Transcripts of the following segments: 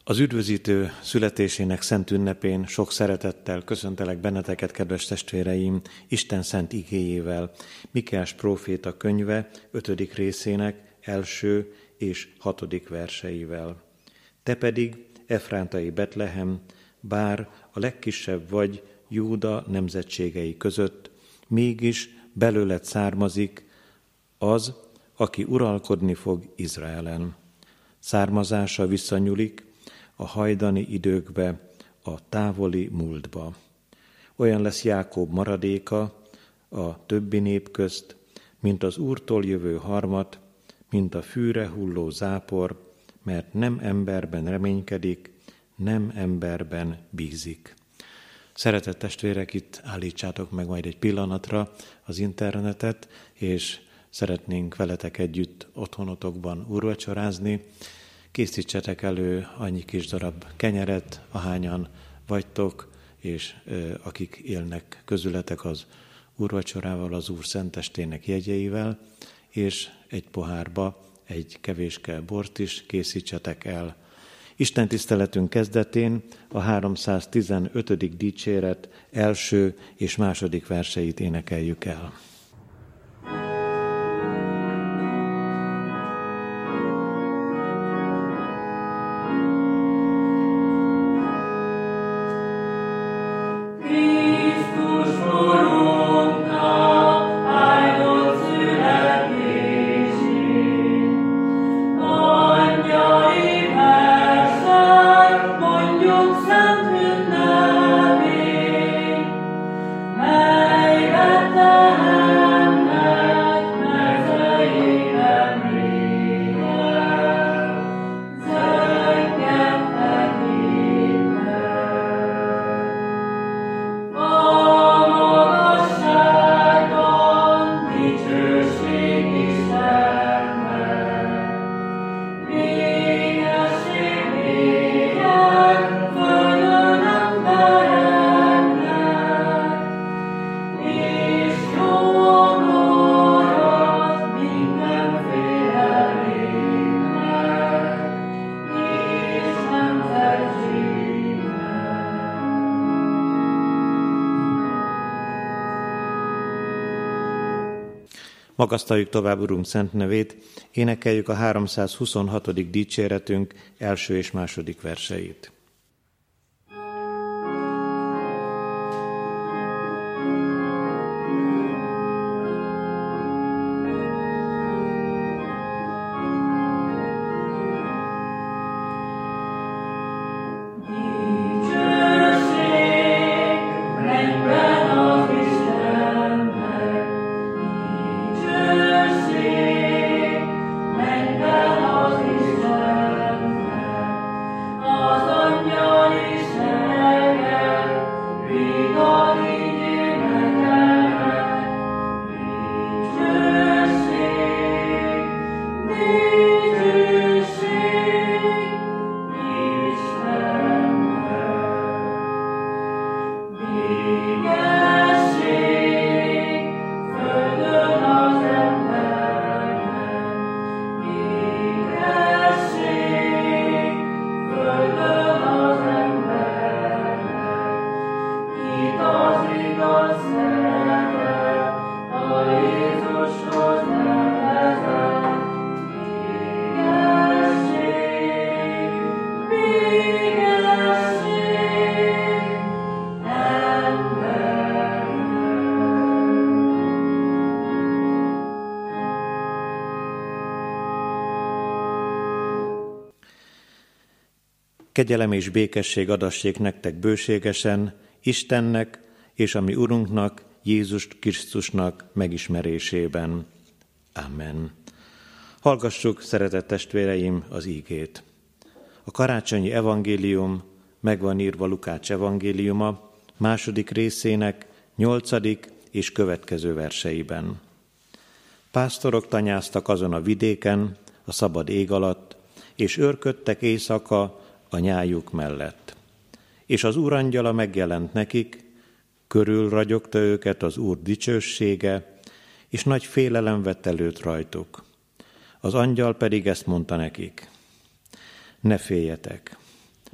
Az üdvözítő születésének szent ünnepén sok szeretettel köszöntelek benneteket, kedves testvéreim, Isten szent igéjével, Mikeás próféta könyve 5. részének 1. és 6. verseivel. Te pedig, efrántai Betlehem, bár a legkisebb vagy Júda nemzetségei között, mégis belőled származik az, aki uralkodni fog Izraelen. Származása visszanyúlik a hajdani időkbe, a távoli múltba. Olyan lesz Jákob maradéka a többi nép közt, mint az Úrtól jövő harmat, mint a fűre hulló zápor, mert nem emberben reménykedik, nem emberben bízik. Szeretett testvérek, itt állítsátok meg majd egy pillanatra az internetet, és szeretnénk veletek együtt otthonotokban úrvacsorázni. Készítsetek elő annyi kis darab kenyeret, ahányan vagytok, és akik élnek közületek az úrvacsorával, az Úr szentestének jegyeivel, és egy pohárba egy kevéske bort is készítsetek el. Isten tiszteletünk kezdetén a 315. dicséret 1. és 2. verseit énekeljük el. Magasztaljuk tovább Urunk szent nevét, énekeljük a 326. dicséretünk 1. és 2. verseit. Kegyelem és békesség adassék nektek bőségesen, Istennek és a mi Urunknak, Jézus Krisztusnak megismerésében. Amen. Hallgassuk, szeretett testvéreim, az ígét. A karácsonyi evangélium megvan írva Lukács evangéliuma 2. részének 8. és következő verseiben. Pásztorok tanyáztak azon a vidéken, a szabad ég alatt, és őrködtek éjszaka a nyájuk mellett. És az úrangyala megjelent nekik, körülragyogta őket az Úr dicsősége, és nagy félelem vett előtt rajtuk. Az angyal pedig ezt mondta nekik: ne féljetek,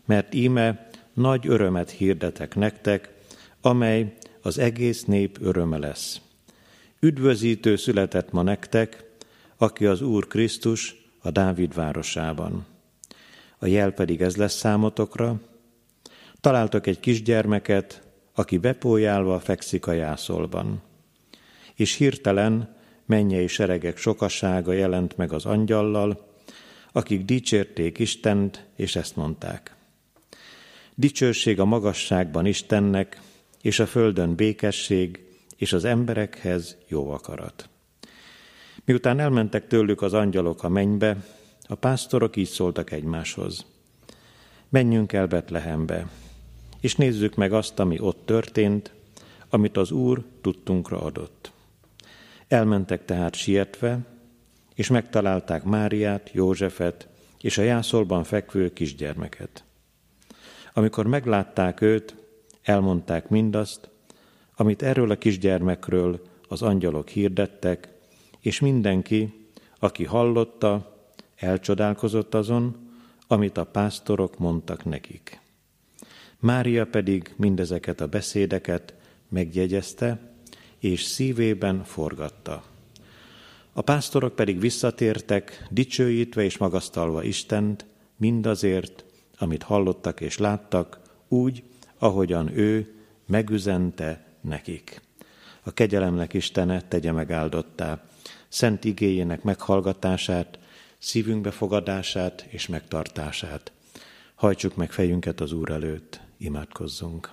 mert íme nagy örömet hirdetek nektek, amely az egész nép öröme lesz. Üdvözítő született ma nektek, aki az Úr Krisztus a Dávid városában. A jel pedig ez lesz számotokra: találtok egy kisgyermeket, aki bepójálva fekszik a jászolban. És hirtelen mennyei seregek sokasága jelent meg az angyallal, akik dicsérték Istent, és ezt mondták: dicsőség a magasságban Istennek, és a földön békesség, és az emberekhez jó akarat. Miután elmentek tőlük az angyalok a mennybe, a pásztorok így szóltak egymáshoz: menjünk el Betlehembe, és nézzük meg azt, ami ott történt, amit az Úr tudtunkra adott. Elmentek tehát sietve, és megtalálták Máriát, Józsefet és a jászolban fekvő kisgyermeket. Amikor meglátták őt, elmondták mindazt, amit erről a kisgyermekről az angyalok hirdettek, és mindenki, aki hallotta, elcsodálkozott azon, amit a pásztorok mondtak nekik. Mária pedig mindezeket a beszédeket megjegyezte, és szívében forgatta. A pásztorok pedig visszatértek, dicsőítve és magasztalva Istent, mindazért, amit hallottak és láttak, úgy, ahogyan ő megüzente nekik. A kegyelemnek Istene tegye meg áldottá szent igéjének meghallgatását, szívünk befogadását és megtartását. Hajtsuk meg fejünket az Úr előtt, imádkozzunk.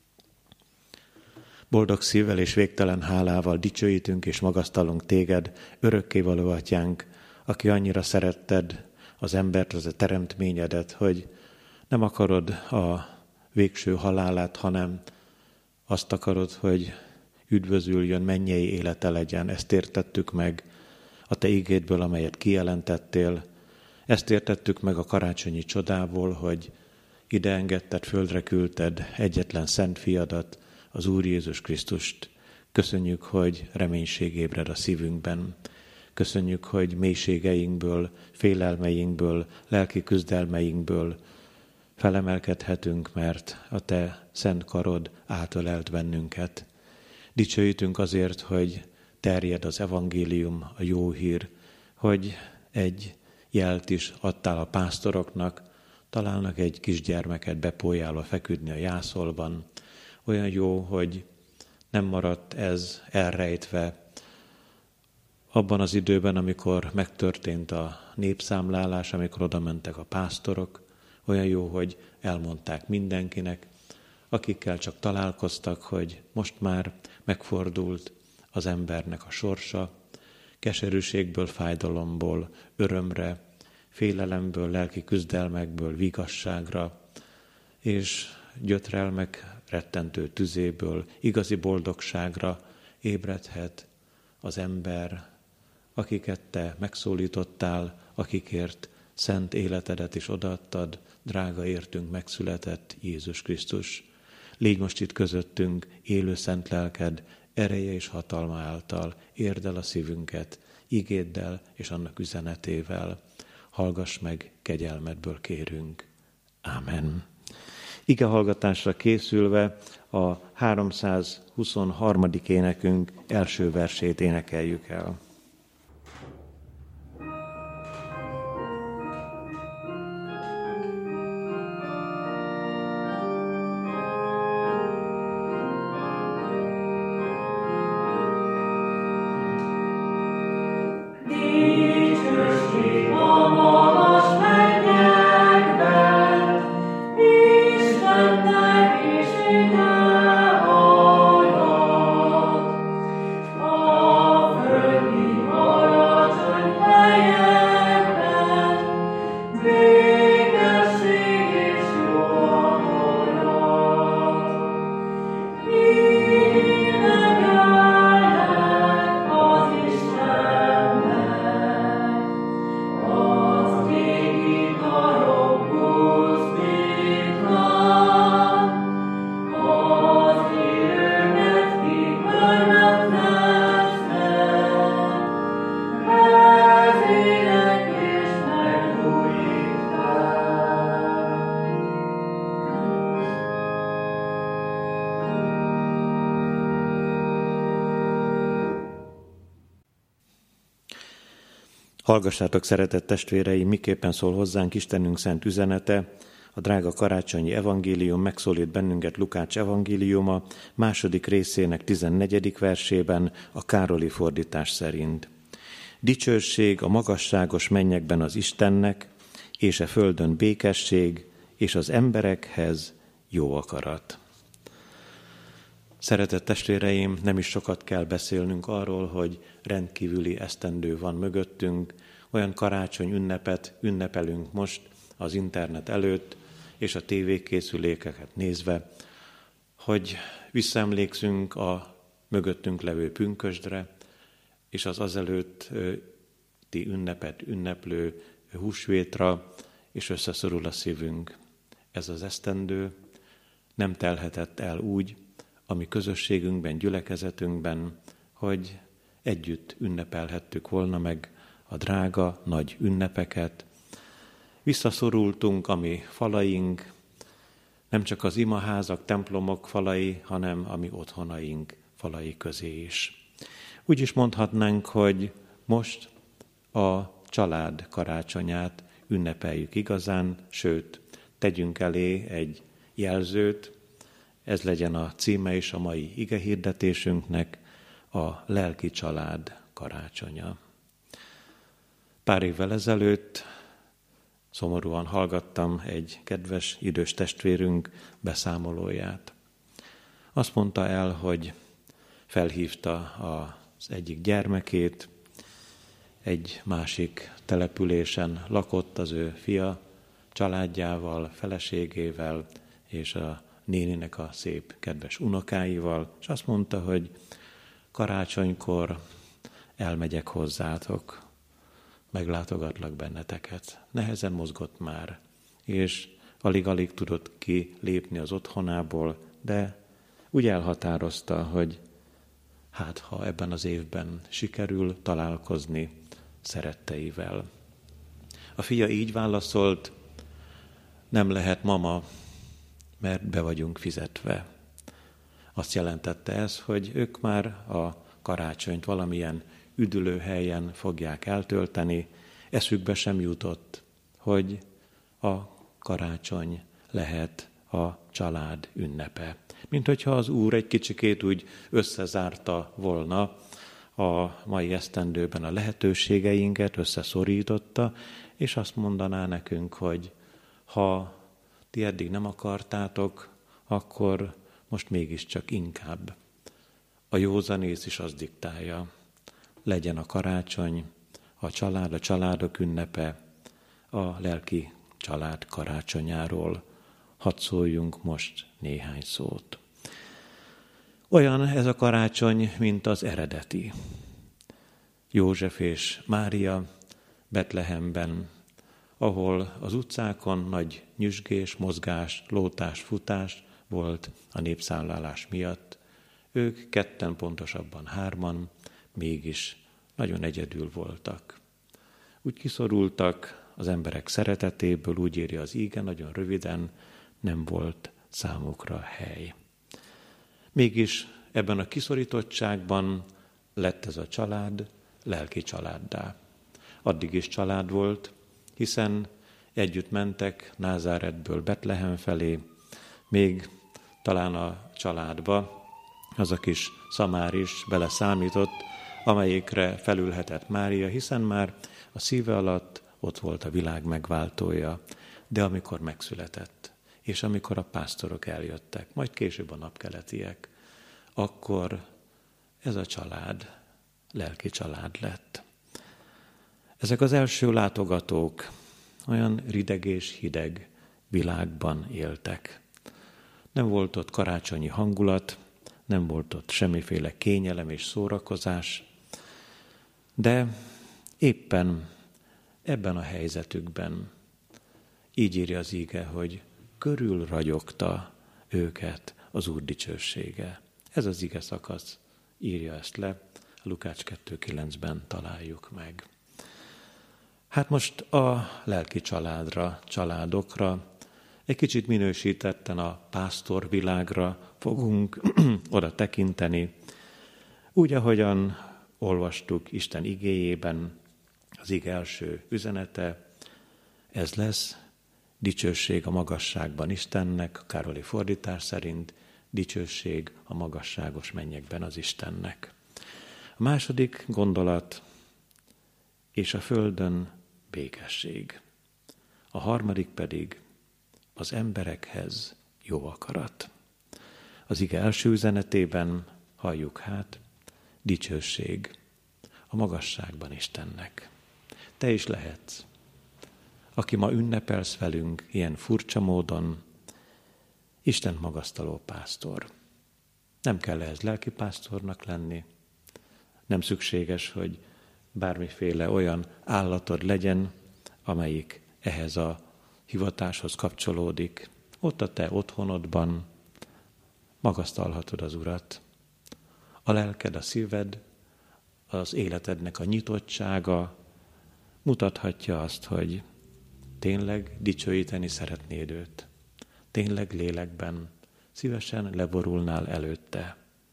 Boldog szívvel és végtelen hálával dicsőítünk és magasztalunk téged, örökkévaló atyánk, aki annyira szeretted az embert, az a teremtményedet, hogy nem akarod a végső halálát, hanem azt akarod, hogy üdvözüljön, mennyei élete legyen. Ezt értettük meg a te ígédből, amelyet kijelentettél. Ezt értettük meg a karácsonyi csodából, hogy ide engedted, földre küldted egyetlen szent fiadat, az Úr Jézus Krisztust. Köszönjük, hogy reménység ébred a szívünkben. Köszönjük, hogy mélységeinkből, félelmeinkből, lelki küzdelmeinkből felemelkedhetünk, mert a te szent karod átölelt bennünket. Dicsőítünk azért, hogy terjed az evangélium, a jó hír, hogy egy jelt is adtál a pásztoroknak, találnak egy kisgyermeket bepójálva feküdni a jászolban. Olyan jó, hogy nem maradt ez elrejtve abban az időben, amikor megtörtént a népszámlálás, amikor oda mentek a pásztorok. Olyan jó, hogy elmondták mindenkinek, akikkel csak találkoztak, hogy most már megfordult az embernek a sorsa, keserűségből, fájdalomból, örömre, félelemből, lelki küzdelmekből, vigasságra, és gyötrelmek rettentő tüzéből, igazi boldogságra ébredhet az ember, akiket te megszólítottál, akikért szent életedet is odaadtad, drága értünk megszületett Jézus Krisztus. Légy most itt közöttünk, élő szent lelked, ereje és hatalma által, érd el a szívünket, igéddel és annak üzenetével. Hallgass meg, kegyelmedből kérünk. Ámen. Igehallgatásra készülve a 323. énekünk első versét énekeljük el. Amen. Hallgassátok, szeretett testvéreim, miképpen szól hozzánk Istenünk szent üzenete. A drága karácsonyi evangélium megszólít bennünket Lukács evangéliuma, 2. részének 14. versében a Károli fordítás szerint. Dicsőség a magasságos mennyekben az Istennek, és a földön békesség, és az emberekhez jó akarat. Szeretett testvéreim, nem is sokat kell beszélnünk arról, hogy rendkívüli esztendő van mögöttünk, olyan karácsony ünnepet ünnepelünk most az internet előtt, és a tévékészülékeket nézve, hogy visszaemlékszünk a mögöttünk levő pünkösdre, és az azelőtti ünnepet ünneplő húsvétra, és összeszorul a szívünk. Ez az esztendő nem telhetett el úgy, a mi közösségünkben, gyülekezetünkben, hogy együtt ünnepelhettük volna meg a drága, nagy ünnepeket. Visszaszorultunk a mi falaink, nem csak az imaházak, templomok falai, hanem a mi otthonaink falai közé is. Úgy is mondhatnánk, hogy most a család karácsonyát ünnepeljük igazán, sőt, tegyünk elé egy jelzőt, ez legyen a címe is a mai igehirdetésünknek, a lelki család karácsonya. Pár évvel ezelőtt szomorúan hallgattam egy kedves idős testvérünk beszámolóját. Azt mondta el, hogy felhívta az egyik gyermekét, egy másik településen lakott az ő fia családjával, feleségével és a néninek a szép, kedves unokáival, és azt mondta, hogy karácsonykor elmegyek hozzátok, meglátogatlak benneteket. Nehezen mozgott már, és alig-alig tudott kilépni az otthonából, de úgy elhatározta, hogy hát ha ebben az évben sikerül találkozni szeretteivel. A fia így válaszolt, nem lehet, mama, mert be vagyunk fizetve. Azt jelentette ez, hogy ők már a karácsonyt valamilyen üdülőhelyen fogják eltölteni, eszükbe sem jutott, hogy a karácsony lehet a család ünnepe. Mint hogyha az Úr egy kicsikét úgy összezárta volna a mai esztendőben a lehetőségeinket, összeszorította, és azt mondaná nekünk, hogy ha ti eddig nem akartátok, akkor most mégiscsak inkább. A józanész is azt diktálja, legyen a karácsony, a család, a családok ünnepe, a lelki család karácsonyáról. Hadd szóljunk most néhány szót. Olyan ez a karácsony, mint az eredeti. József és Mária Betlehemben, ahol az utcákon nagy nyüzsgés, mozgás, lótás, futás volt a népszámlálás miatt. Ők ketten, pontosabban 3, mégis nagyon egyedül voltak. Úgy kiszorultak az emberek szeretetéből, úgy írja az íge, nagyon röviden, nem volt számukra hely. Mégis ebben a kiszorítottságban lett ez a család lelki családdá. Addig is család volt, hiszen együtt mentek Názáretből Betlehem felé, még talán a családba az a kis szamár is beleszámított, amelyikre felülhetett Mária, hiszen már a szíve alatt ott volt a világ megváltója. De amikor megszületett, és amikor a pásztorok eljöttek, majd később a napkeletiek, akkor ez a család lelki család lett. Ezek az első látogatók olyan rideg és hideg világban éltek. Nem volt ott karácsonyi hangulat, nem volt ott semmiféle kényelem és szórakozás, de éppen ebben a helyzetükben így írja az íge, hogy körül ragyogta őket az Úr dicsősége. Ez az ige szakasz írja ezt le, a Lukács 2.9-ben találjuk meg. Hát most a lelki családra, családokra, egy kicsit minősítetten a pásztorvilágra fogunk oda tekinteni, úgy, ahogyan olvastuk Isten igéjében, Az ige első üzenete, ez lesz, dicsőség a magasságban Istennek, a Károli fordítás szerint, dicsőség a magasságos mennyekben az Istennek. A második gondolat, és a földön békesség. A harmadik pedig az emberekhez jó akarat. Az ige első üzenetében halljuk dicsőség a magasságban Istennek. Te is lehetsz, aki ma ünnepelsz velünk ilyen furcsa módon, Isten magasztaló pásztor. Nem kell ehhez lelkipásztornak lenni, nem szükséges, hogy bármiféle olyan állatod legyen, amelyik ehhez a hivatáshoz kapcsolódik. Ott a te otthonodban magasztalhatod az Urat. A lelked, a szíved, az életednek a nyitottsága mutathatja azt, hogy tényleg dicsőíteni szeretnéd őt. Tényleg lélekben szívesen leborulnál előtte.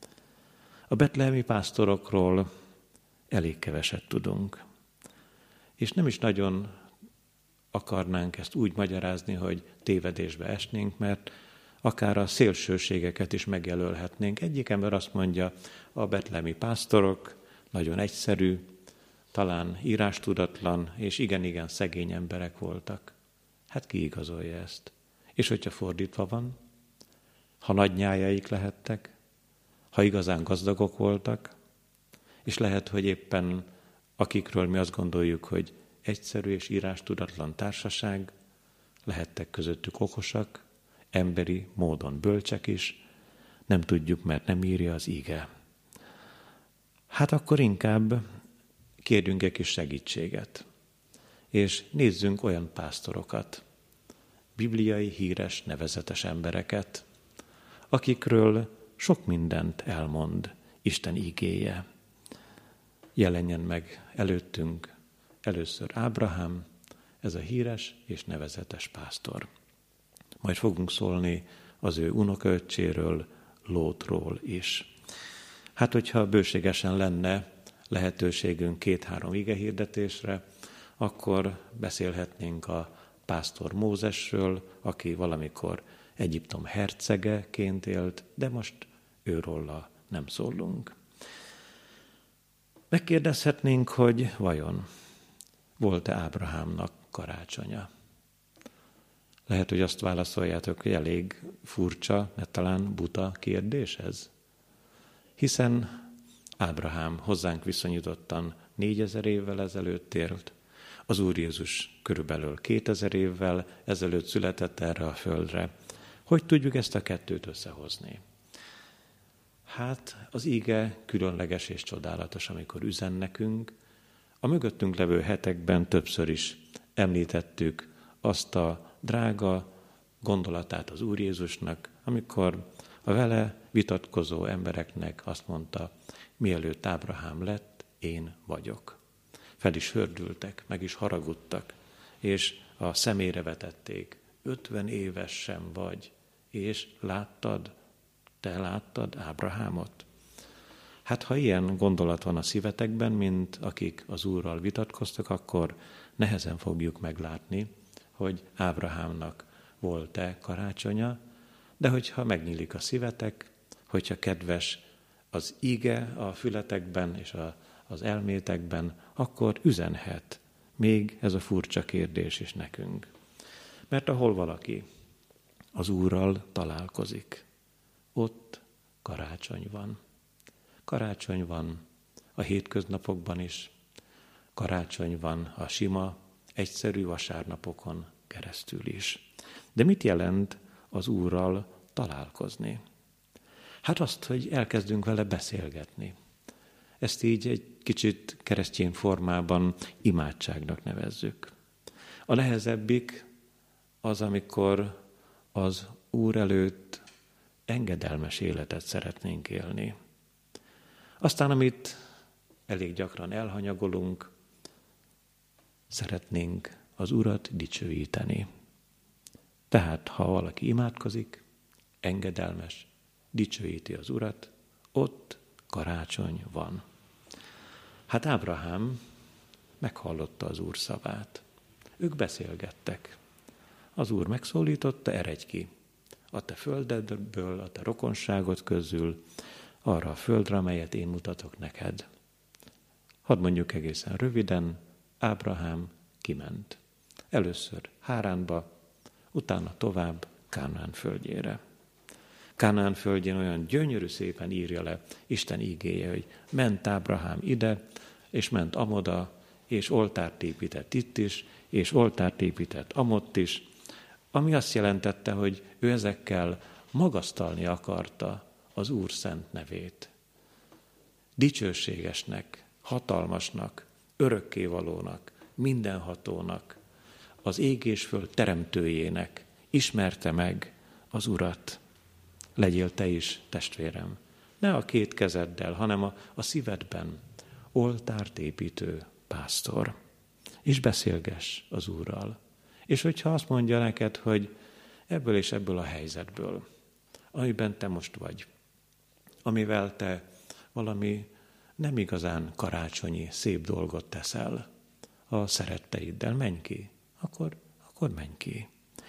A betlehemi pásztorokról elég keveset tudunk. És nem is nagyon akarnánk ezt úgy magyarázni, hogy tévedésbe esnénk, mert akár a szélsőségeket is megjelölhetnénk. Egyik ember azt mondja, a betlehemi pásztorok nagyon egyszerű, talán írástudatlan, és igen szegény emberek voltak. Hát ki igazolja ezt? És hogyha fordítva van, ha nagy nyájaik lehettek, ha igazán gazdagok voltak, és lehet, hogy éppen akikről mi azt gondoljuk, hogy egyszerű és írástudatlan társaság, lehettek közöttük okosak, emberi módon bölcsek is, nem tudjuk, mert nem írja az ige. Hát akkor inkább kérjünk egy kis segítséget, és nézzünk olyan pásztorokat, bibliai híres, nevezetes embereket, akikről sok mindent elmond Isten igéje. Jelenjen meg előttünk először Ábrahám, ez a híres és nevezetes pásztor. Majd fogunk szólni az ő unokaöccséről, Lótról is. Hát, hogyha bőségesen lenne lehetőségünk 2-3 igehirdetésre, akkor beszélhetnénk a pásztor Mózesről, aki valamikor Egyiptom hercegeként élt, de most őróla nem szólunk. Megkérdezhetnénk, hogy vajon volt-e Ábrahámnak karácsonya? Lehet, hogy azt válaszoljátok, hogy elég furcsa, de talán buta kérdés ez. Hiszen Ábrahám hozzánk viszonyítottan 4000 évvel ezelőtt élt, az Úr Jézus körülbelül 2000 évvel ezelőtt született erre a földre. Hogy tudjuk ezt a kettőt összehozni? Hát az ige különleges és csodálatos, amikor üzen nekünk. A mögöttünk levő hetekben többször is említettük azt a drága gondolatát az Úr Jézusnak, amikor a vele vitatkozó embereknek azt mondta, mielőtt Ábrahám lett, én vagyok. Fel is hördültek, meg is haragudtak, és a szemére vetették. 50 éves sem vagy, és te láttad Ábrahámot? Hát ha ilyen gondolat van a szívetekben, mint akik az Úrral vitatkoztak, akkor nehezen fogjuk meglátni, hogy Ábrahámnak volt-e karácsonya, de hogyha megnyílik a szívetek, hogyha kedves az ige a fületekben és az elmétekben, akkor üzenhet még ez a furcsa kérdés is nekünk. Mert ahol valaki az Úrral találkozik, ott karácsony van. Karácsony van a hétköznapokban is, karácsony van a sima, egyszerű vasárnapokon keresztül is. De mit jelent az Úrral találkozni? Hát azt, hogy elkezdünk vele beszélgetni. Ezt így egy kicsit keresztény formában imádságnak nevezzük. A nehezebbik az, amikor az Úr előtt engedelmes életet szeretnénk élni. Aztán, amit elég gyakran elhanyagolunk, szeretnénk az Urat dicsőíteni. Tehát, ha valaki imádkozik, engedelmes, dicsőíti az Urat, ott karácsony van. Hát Ábrahám meghallotta az Úr szavát. Ők beszélgettek. Az Úr megszólította, eredj ki a te földedből, a te rokonságod közül, arra a földre, amelyet én mutatok neked. Hadd mondjuk egészen röviden, Ábrahám kiment. Először Háránba, utána tovább Kánaán földjére. Kánaán földjén olyan gyönyörű szépen írja le Isten ígéje, hogy ment Ábrahám ide, és ment amoda, és oltárt épített itt is, és oltárt épített amott is, ami azt jelentette, hogy ő ezekkel magasztalni akarta az Úr szent nevét. Dicsőségesnek, hatalmasnak, örökkévalónak, mindenhatónak, az ég és föld teremtőjének ismerte meg az Urat. Legyél te is, testvérem, ne a két kezeddel, hanem a szívedben oltárt építő pásztor. És beszélgess az Úrral. És hogyha azt mondja neked, hogy ebből és ebből a helyzetből, amiben te most vagy, amivel te valami nem igazán karácsonyi, szép dolgot teszel a szeretteiddel, menj ki, akkor menj ki.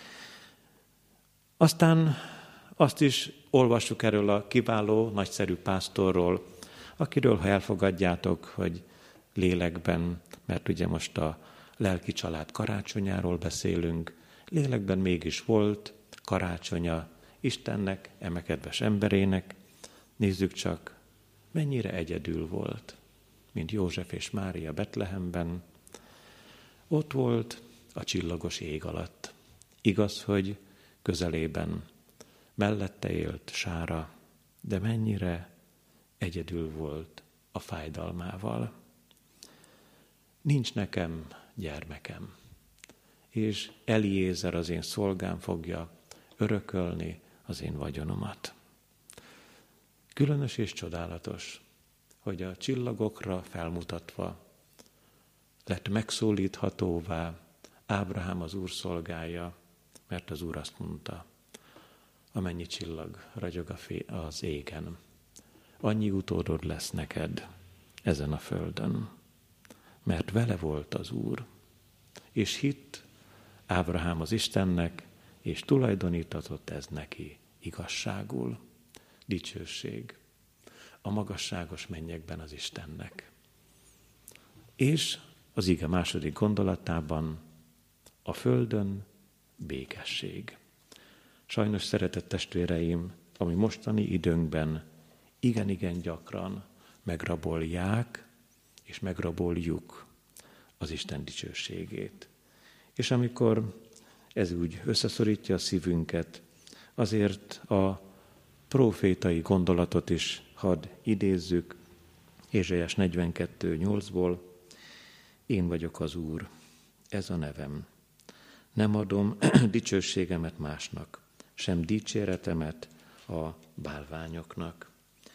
Aztán azt is olvassuk erről a kiváló, nagyszerű pásztorról, akiről, ha elfogadjátok, hogy lélekben, mert ugye most a lelki család karácsonyáról beszélünk, lélekben mégis volt karácsonya Istennek, eme kedves emberének. Nézzük csak, mennyire egyedül volt, mint József és Mária Betlehemben. Ott volt a csillagos ég alatt. Igaz, hogy közelében mellette élt Sára, de mennyire egyedül volt a fájdalmával. Nincs nekem gyermekem, és Eliézer, az én szolgám fogja örökölni az én vagyonomat. Különös és csodálatos, hogy a csillagokra felmutatva lett megszólíthatóvá Ábrahám, az Úr szolgája, mert az Úr azt mondta, amennyi csillag ragyog az égen, annyi utódod lesz neked ezen a földön, mert vele volt az Úr, és hitt Ábrahám az Istennek, és tulajdonítatott ez neki igazságul. Dicsőség a magasságos mennyekben az Istennek. És az ige második gondolatában a földön békesség. Sajnos, szeretett testvéreim, ami mostani időnkben igen-igen gyakran megrabolják és megraboljuk az Isten dicsőségét. És amikor ez úgy összeszorítja a szívünket, azért a prófétai gondolatot is hadd idézzük, Ézsaiás 42:8-ból. Én vagyok az Úr, ez a nevem. Nem adom dicsőségemet másnak, sem dicséretemet a bálványoknak.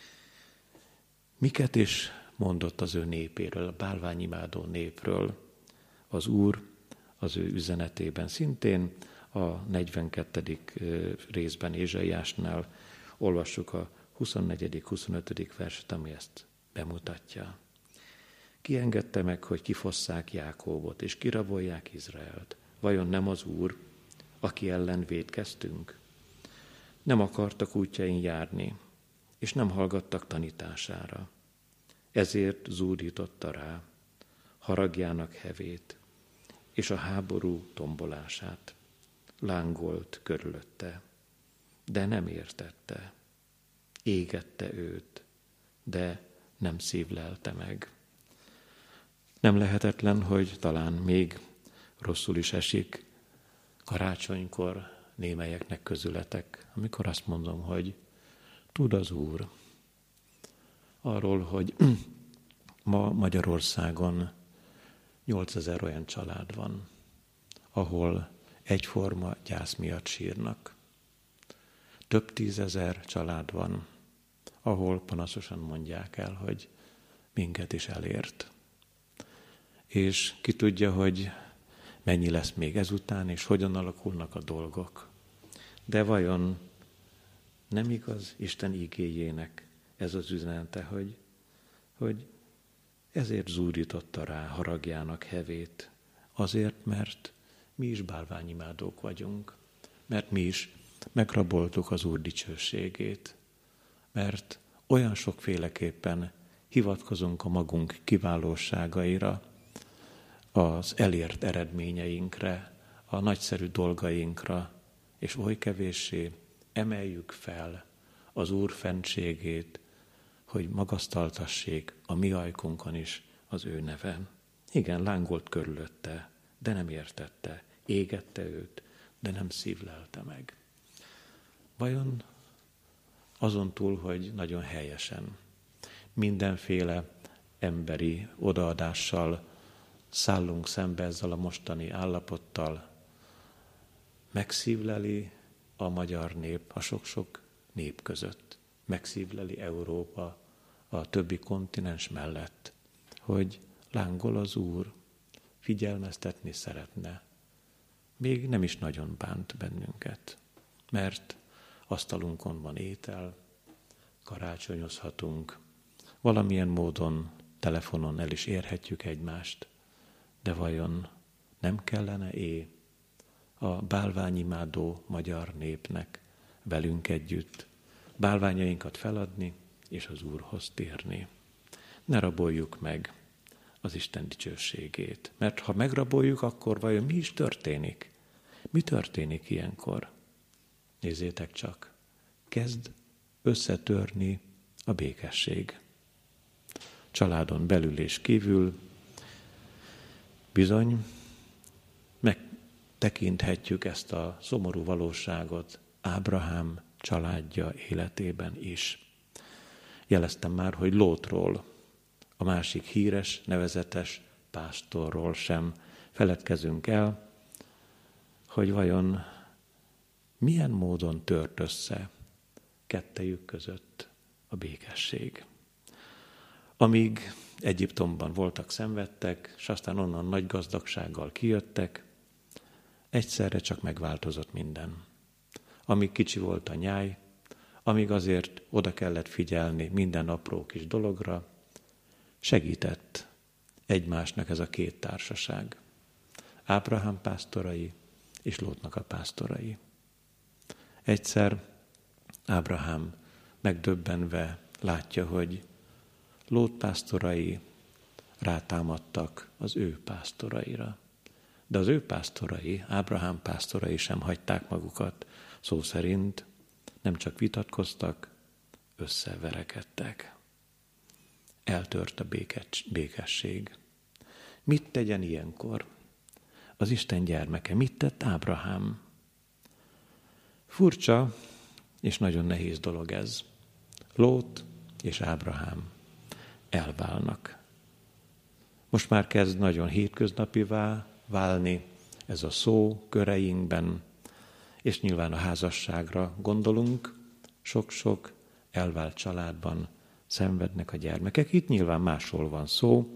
Miket is mondott az ő népéről, a bálványimádó népről az Úr az ő üzenetében? Szintén a 42. részben Ézsaiásnál olvassuk a 24.-25. verset, ami ezt bemutatja. Ki engedte meg, hogy kifosszák Jákóbot, és kirabolják Izraelt? Vajon nem az Úr, aki ellen vétkeztünk? Nem akartak útjain járni, és nem hallgattak tanítására. Ezért zúdította rá haragjának hevét, és a háború tombolását. Lángolt körülötte, de nem értette. Égette őt, de nem szívlelte meg. Nem lehetetlen, hogy talán még rosszul is esik karácsonykor némelyeknek közületek, amikor azt mondom, hogy tud az Úr arról, hogy ma Magyarországon 8000 olyan család van, ahol egyforma gyász miatt sírnak. Több tízezer család van, ahol panaszosan mondják el, hogy minket is elért. És ki tudja, hogy mennyi lesz még ezután, és hogyan alakulnak a dolgok. De vajon nem igaz Isten igéjének ez az üzenete, hogy ezért zúdította rá haragjának hevét. Azért, mert mi is bálványimádók vagyunk, mert mi is megraboltuk az Úr dicsőségét, mert olyan sokféleképpen hivatkozunk a magunk kiválóságaira, az elért eredményeinkre, a nagyszerű dolgainkra, és oly kevéssé emeljük fel az Úr fentségét, hogy magasztaltassék a mi ajkunkon is az ő neve. Igen, lángolt körülötte, de nem értette, égette őt, de nem szívlelte meg. Vajon azon túl, hogy nagyon helyesen, mindenféle emberi odaadással szállunk szembe ezzel a mostani állapottal, megszívleli a magyar nép a sok-sok nép között, megszívleli Európa a többi kontinens mellett, hogy lángol az Úr, figyelmeztetni szeretne. Még nem is nagyon bánt bennünket, mert asztalunkon van étel, karácsonyozhatunk, valamilyen módon telefonon el is érhetjük egymást, de vajon nem kellene a bálványimádó magyar népnek velünk együtt bálványainkat feladni és az Úrhoz térni? Ne raboljuk meg az Isten dicsőségét, mert ha megraboljuk, akkor vajon mi is történik? Mi történik ilyenkor? Nézzétek csak, kezd összetörni a békesség. Családon belül és kívül bizony megtekinthetjük ezt a szomorú valóságot Ábrahám családja életében is. Jeleztem már, hogy Lótról, a másik híres, nevezetes pásztorról sem feledkezünk el, hogy vajon milyen módon tört össze kettejük között a békesség. Amíg Egyiptomban voltak, szenvedtek, és aztán onnan nagy gazdagsággal kijöttek, egyszerre csak megváltozott minden. Amíg kicsi volt a nyáj, amíg azért oda kellett figyelni minden apró kis dologra, segített egymásnak ez a két társaság. Ábrahám pásztorai és Lótnak a pásztorai. Egyszer Ábrahám megdöbbenve látja, hogy Lót pásztorai rátámadtak az ő pásztoraira. De az ő pásztorai, Ábrahám pásztorai sem hagyták magukat. Szó szerint nem csak vitatkoztak, összeverekedtek. Eltört a békesség. Mit tegyen ilyenkor az Isten gyermeke? Mit tett Ábrahám? Furcsa és nagyon nehéz dolog ez. Lót és Ábrahám elválnak. Most már kezd nagyon hétköznapivá válni ez a szó köreinkben, és nyilván a házasságra gondolunk, sok-sok elvált családban szenvednek a gyermekek. Itt nyilván másról van szó.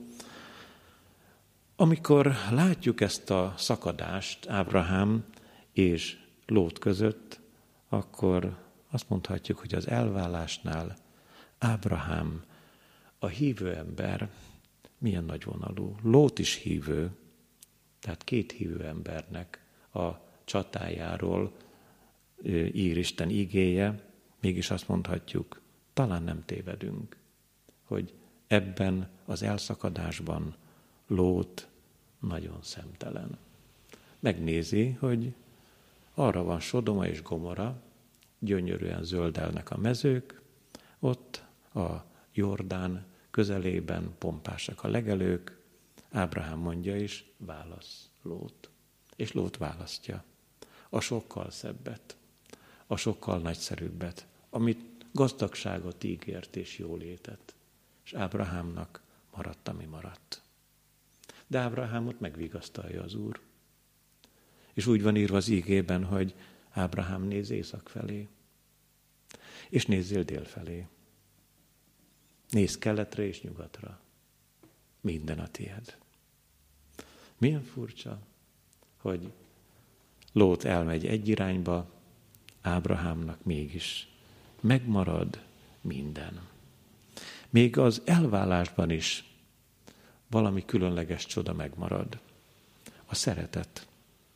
Amikor látjuk ezt a szakadást Ábrahám és Lót között, akkor azt mondhatjuk, hogy az elválásnál Ábrahám, a hívő ember, milyen nagyvonalú. Lót is hívő, tehát két hívő embernek a csatájáról ír Isten igéje, mégis azt mondhatjuk, talán nem tévedünk, hogy ebben az elszakadásban Lót nagyon szemtelen. Megnézi, hogy arra van Sodoma és Gomora, gyönyörűen zöldelnek a mezők, ott a Jordán közelében pompásak a legelők, Ábrahám mondja is, válasz Lót. És Lót választja a sokkal szebbet, a sokkal nagyszerűbbet, amit gazdagságot ígért és jólétet. És Ábrahámnak maradt, ami maradt. De Ábrahámot megvigasztalja az Úr. És úgy van írva az ígében, hogy Ábrahám néz észak felé, és nézzél dél felé. Nézz keletre és nyugatra. Minden a tied. Milyen furcsa, hogy Lót elmegy egy irányba, Ábrahámnak mégis megmarad minden. Még az elválásban is valami különleges csoda megmarad. A szeretet.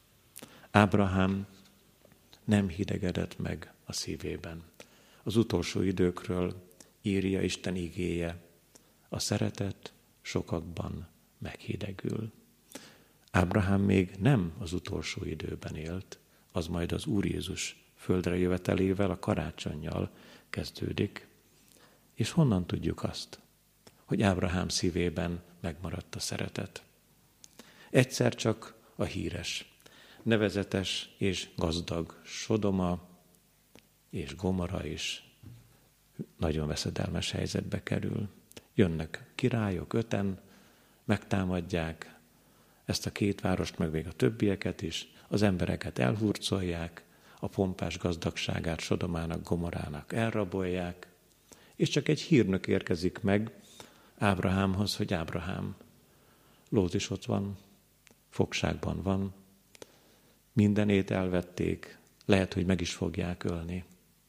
Ábrahám nem hidegedett meg a szívében. Az utolsó időkről írja Isten igéje. A szeretet sokakban meghidegül. Ábrahám még nem az utolsó időben élt, az majd az Úr Jézus földre jövetelével, a karácsonnyal kezdődik. És honnan tudjuk azt, hogy Ábrahám szívében megmaradt a szeretet? Egyszer csak a híres, nevezetes és gazdag Sodoma és Gomora is nagyon veszedelmes helyzetbe kerül. Jönnek királyok 5-en, megtámadják ezt a 2 várost, meg még a többieket is, az embereket elhurcolják, a pompás gazdagságát Sodomának, Gomorának elrabolják, és csak egy hírnök érkezik meg Ábrahámhoz, hogy Ábrahám, Lót is ott van, fogságban van, mindenét elvették, lehet, hogy meg is fogják ölni.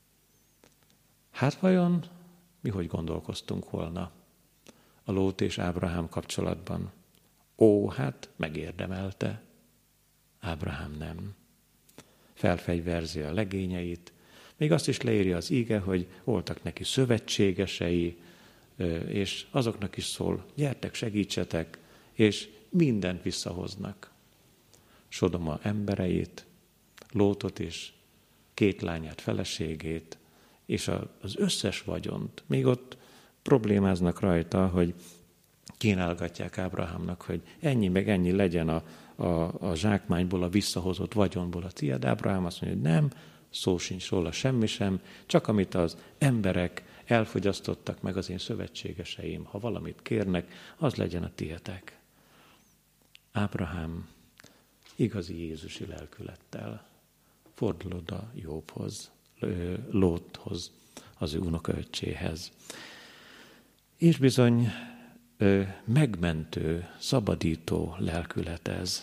Hát vajon mi hogy gondolkoztunk volna a Lót és Ábrahám kapcsolatban? Hát megérdemelte. Ábrahám nem. Felfegyverzi a legényeit, még azt is leírja az íge, hogy voltak neki szövetségesei, és azoknak is szól, gyertek, segítsetek, és mindent visszahoznak. Sodoma embereit, Lótot is, 2 lányát, feleségét, és az összes vagyont. Még ott problémáznak rajta, hogy kínálgatják Ábrahámnak, hogy ennyi meg ennyi legyen a zsákmányból, a visszahozott vagyonból a tiéd. Ábrahám azt mondja, hogy nem, szó sincs róla semmi sem, csak amit az emberek elfogyasztottak meg az én szövetségeseim, ha valamit kérnek, az legyen a tietek. Ábrahám igazi Jézusi lelkülettel fordul oda Jobbhoz, Lóthoz, az ő unokaöccséhez. És bizony megmentő, szabadító lelkület ez.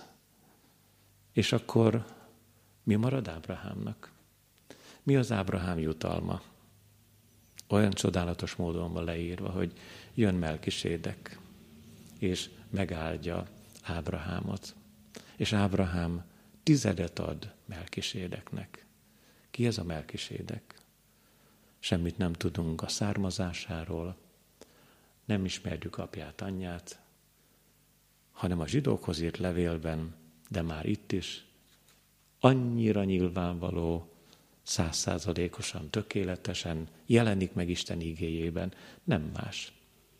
És akkor mi marad Ábrahámnak? Mi az Ábrahám jutalma? Olyan csodálatos módon van leírva, hogy jön Melkisédek, és megáldja Ábrahámot. És Ábrahám 10 ad Melkisédeknek. Ki ez a Melkisédek? Semmit nem tudunk a származásáról, nem ismerjük apját, anyját, hanem a zsidókhoz írt levélben, de már itt is annyira nyilvánvaló, 100%-osan, tökéletesen jelenik meg Isten igéjében, nem más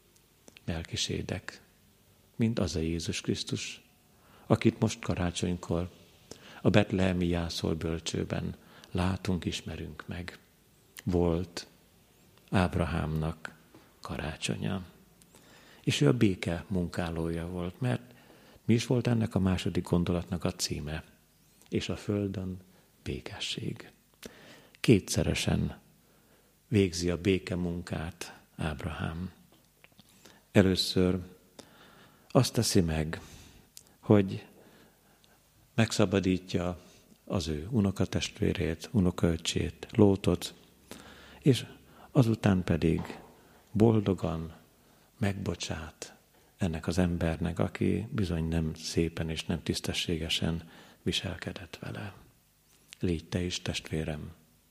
Melkisédek, mint az a Jézus Krisztus, akit most karácsonykor a betlehemi jászol bölcsőben látunk, ismerünk meg. Volt Ábrahámnak karácsonya. És ő a béke munkálója volt, mert mi is volt ennek a második gondolatnak a címe? És a földön békesség. 2-szeresen végzi a béke munkát Ábrahám. Először azt teszi meg, hogy megszabadítja az ő unokatestvérét, unokaöccsét, Lótot, és azután pedig boldogan megbocsát ennek az embernek, aki bizony nem szépen és nem tisztességesen viselkedett vele. Légy te is, testvérem,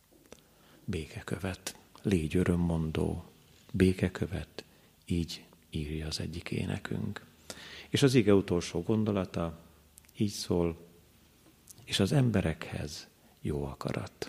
békekövet, légy örömmondó, békekövet, így írja az egyik énekünk. És az ige utolsó gondolata így szól, és az emberekhez jó akarat.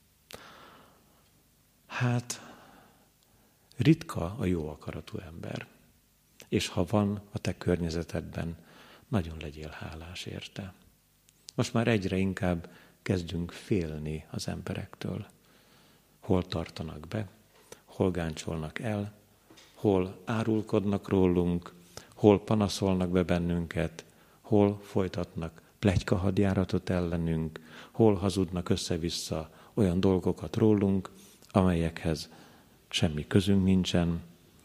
Hát ritka a jó akaratú ember, és ha van a te környezetedben, nagyon legyél hálás érte. Most már egyre inkább kezdünk félni az emberektől. Hol tartanak be, hol gáncsolnak el, hol árulkodnak rólunk, hol panaszolnak be bennünket, hol folytatnak pletykahadjáratot ellenünk, hol hazudnak össze-vissza olyan dolgokat rólunk, amelyekhez semmi közünk nincsen.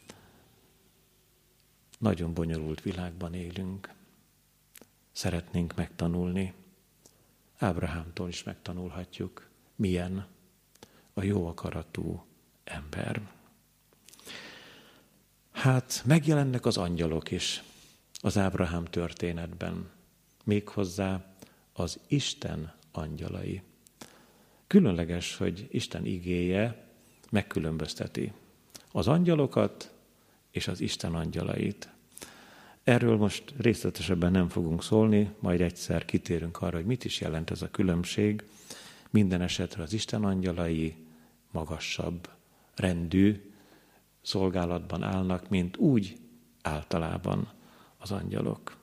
Nagyon bonyolult világban élünk. Szeretnénk megtanulni. Ábrahámtól is megtanulhatjuk, milyen a jó akaratú ember. Hát megjelennek az angyalok is az Ábrahám történetben, méghozzá az Isten angyalai. Különleges, hogy Isten igéje megkülönbözteti az angyalokat és az Isten angyalait. Erről most részletesebben nem fogunk szólni, majd egyszer kitérünk arra, hogy mit is jelent ez a különbség. Minden esetre az Isten angyalai magasabb rendű szolgálatban állnak, mint úgy általában az angyalok.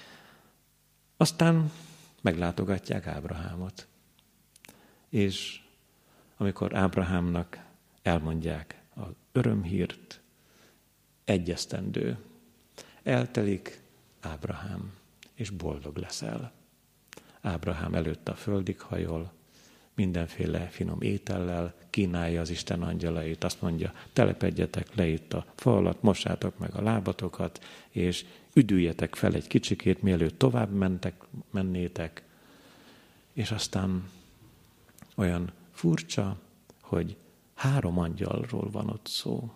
Aztán meglátogatják Ábrahámot. És amikor Ábrahámnak elmondják az örömhírt, egy esztendő, eltelik Ábrahám, és boldog leszel. Ábrahám előtt a földig hajol, mindenféle finom étellel kínálja az Isten angyalait, azt mondja, telepedjetek le itt a fa alatt, mossátok meg a lábatokat, és üdüljetek fel egy kicsikét, mielőtt tovább mennétek. És aztán olyan furcsa, hogy 3 angyalról van ott szó.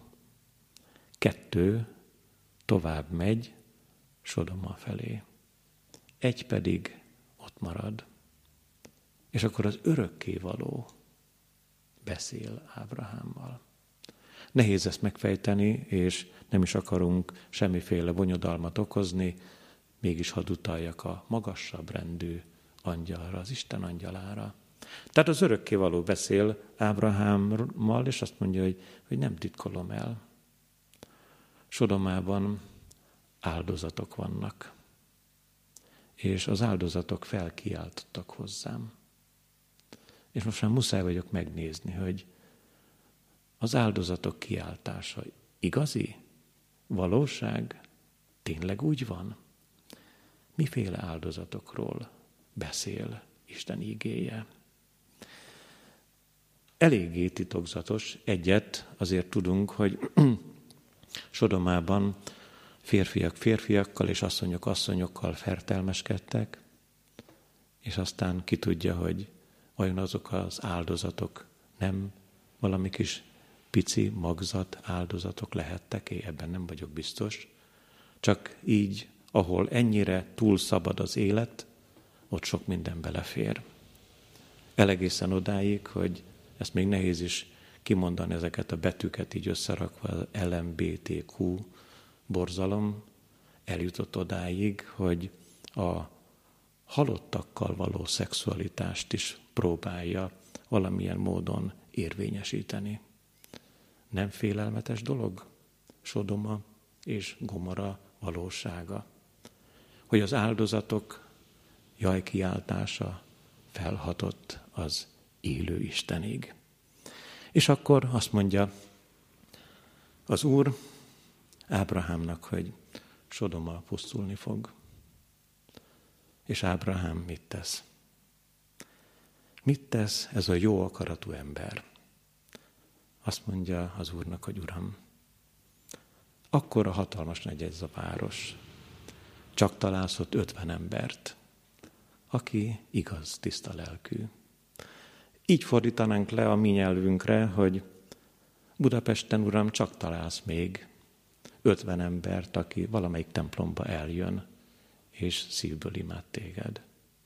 2 tovább megy Sodoma felé. 1 pedig ott marad. És akkor az örökkévaló beszél Ábrahámmal. Nehéz ezt megfejteni, és nem is akarunk semmiféle bonyodalmat okozni, mégis hadd utaljak a magasabb rendű angyalra, az Isten angyalára. Tehát az örökkévaló beszél Ábrahámmal, és azt mondja, hogy nem titkolom el. Sodomában áldozatok vannak, és az áldozatok felkiáltottak hozzám. És most már muszáj vagyok megnézni, hogy az áldozatok kiáltása igazi? Valóság? Tényleg úgy van? Miféle áldozatokról beszél Isten igéje? Eléggé titokzatos. Egyet azért tudunk, hogy Sodomában férfiak férfiakkal és asszonyok asszonyokkal fertelmeskedtek, és aztán ki tudja, hogy vajon azok az áldozatok nem valami kis pici magzat áldozatok lehettek-e? Ebben nem vagyok biztos. Csak így, ahol ennyire túl szabad az élet, ott sok minden belefér. Elegészen odáig, hogy ezt még nehéz is kimondani, ezeket a betűket így összerakva, az LMBTQ borzalom eljutott odáig, hogy a halottakkal való szexualitást is próbálja valamilyen módon érvényesíteni. Nem félelmetes dolog Sodoma és Gomora valósága, hogy az áldozatok jajkiáltása felhatott az élő Istenig. És akkor azt mondja az Úr Ábrahámnak, hogy Sodoma pusztulni fog. És Ábrahám mit tesz? Mit tesz ez a jó akaratú ember? Azt mondja az Úrnak, hogy Uram, akkora hatalmas nagy ez a város. Csak találsz ott 50 embert, aki igaz, tiszta lelkű. Így fordítanánk le a mi nyelvünkre, hogy Budapesten, Uram, csak találsz még 50 embert, aki valamelyik templomba eljön, és szívből imád téged.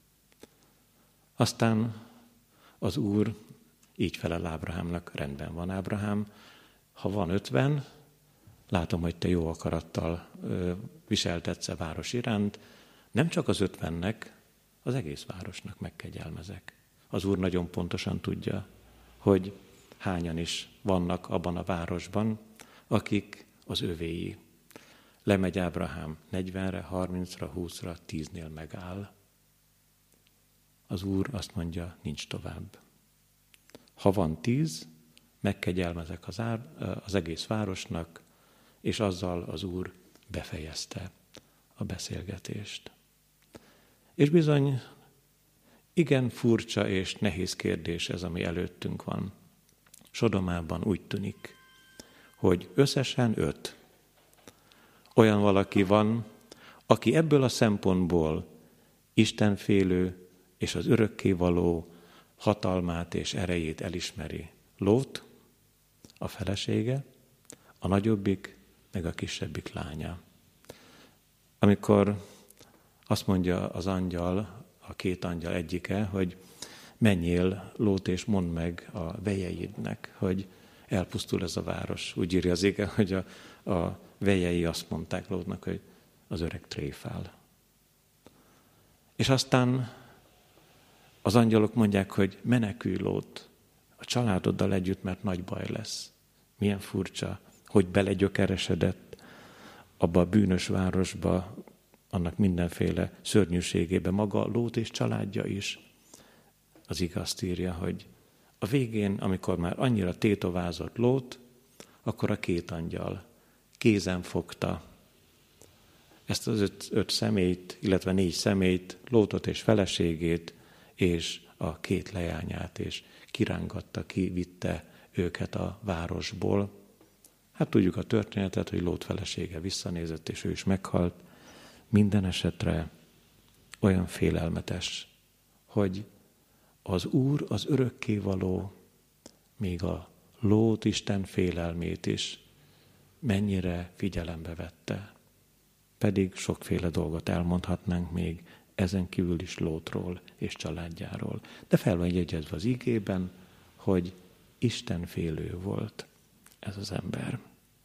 Aztán az Úr így felel Ábrahámnak, rendben van Ábrahám, ha van 50, látom, hogy te jó akarattal viseltetsz a város iránt, nem csak az 50-nek, az egész városnak megkegyelmezek. Az Úr nagyon pontosan tudja, hogy hányan is vannak abban a városban, akik az övéi. Lemegy Ábrahám 40-re, 30-ra, 20-ra, 10-nél megáll. Az Úr azt mondja, nincs tovább. Ha van 10, megkegyelmezek az egész városnak, és azzal az Úr befejezte a beszélgetést. És bizony, igen furcsa és nehéz kérdés ez, ami előttünk van. Sodomában úgy tűnik, hogy összesen 5 olyan valaki van, aki ebből a szempontból istenfélő és az örökkévaló hatalmát és erejét elismeri. Lót, a felesége, a nagyobbik, meg a kisebbik lánya. amikor azt mondja az angyal, a két angyal egyike, hogy menjél, Lót, és mondd meg a vejeidnek, hogy elpusztul ez a város. Úgy írja az ige, hogy a vejei azt mondták Lótnak, hogy az öreg tréfál. És aztán az angyalok mondják, hogy menekülj, Lót, a családoddal együtt, mert nagy baj lesz. Milyen furcsa, hogy belegyökeresedett abba a bűnös városba, annak mindenféle szörnyűségébe maga Lót és családja is. Az ige azt írja, hogy a végén, amikor már annyira tétovázott Lót, akkor a két angyal kézen fogta ezt az öt személyt, illetve 4 személyt, Lótot és feleségét, és a 2 leányát, és kirángatta, kivitte őket a városból. Hát tudjuk a történetet, hogy Lót felesége visszanézett, és ő is meghalt. Minden esetre olyan félelmetes, hogy az Úr, az örökkévaló, még a Lót Isten félelmét is mennyire figyelembe vette. Pedig sokféle dolgot elmondhatnánk még ezen kívül is Lótról és családjáról. De fel van jegyezve az igében, hogy Isten félő volt ez az ember.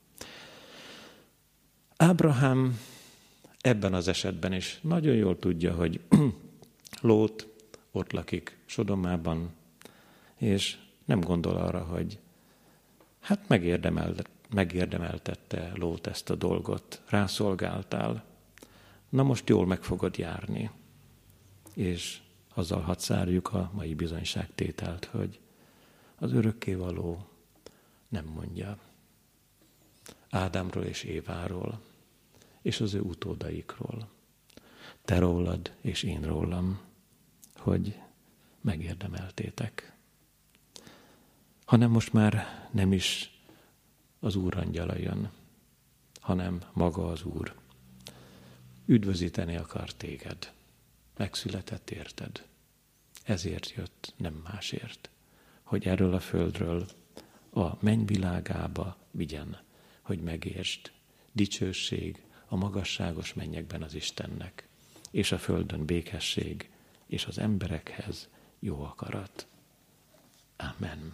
Ábrahám ebben az esetben is nagyon jól tudja, hogy Lót ott lakik Sodomában, és nem gondol arra, hogy hát megérdemeltette Lót ezt a dolgot, rászolgáltál, na most jól meg fogod járni. És azzal hadd zárjuk a mai bizonyságtételt, hogy az örökkévaló nem mondja Ádámról és Éváról, és az ő utódaikról, te rólad és én rólam, hogy megérdemeltétek. Hanem most már nem is az Úr angyala jön, hanem maga az Úr. Üdvözíteni akar téged. Megszületett érted. Ezért jött, nem másért. Hogy erről a földről a mennyvilágába vigyen, hogy megértsd. Dicsőség a magasságos mennyekben az Istennek, és a földön békesség, és az emberekhez jó akarat. Amen.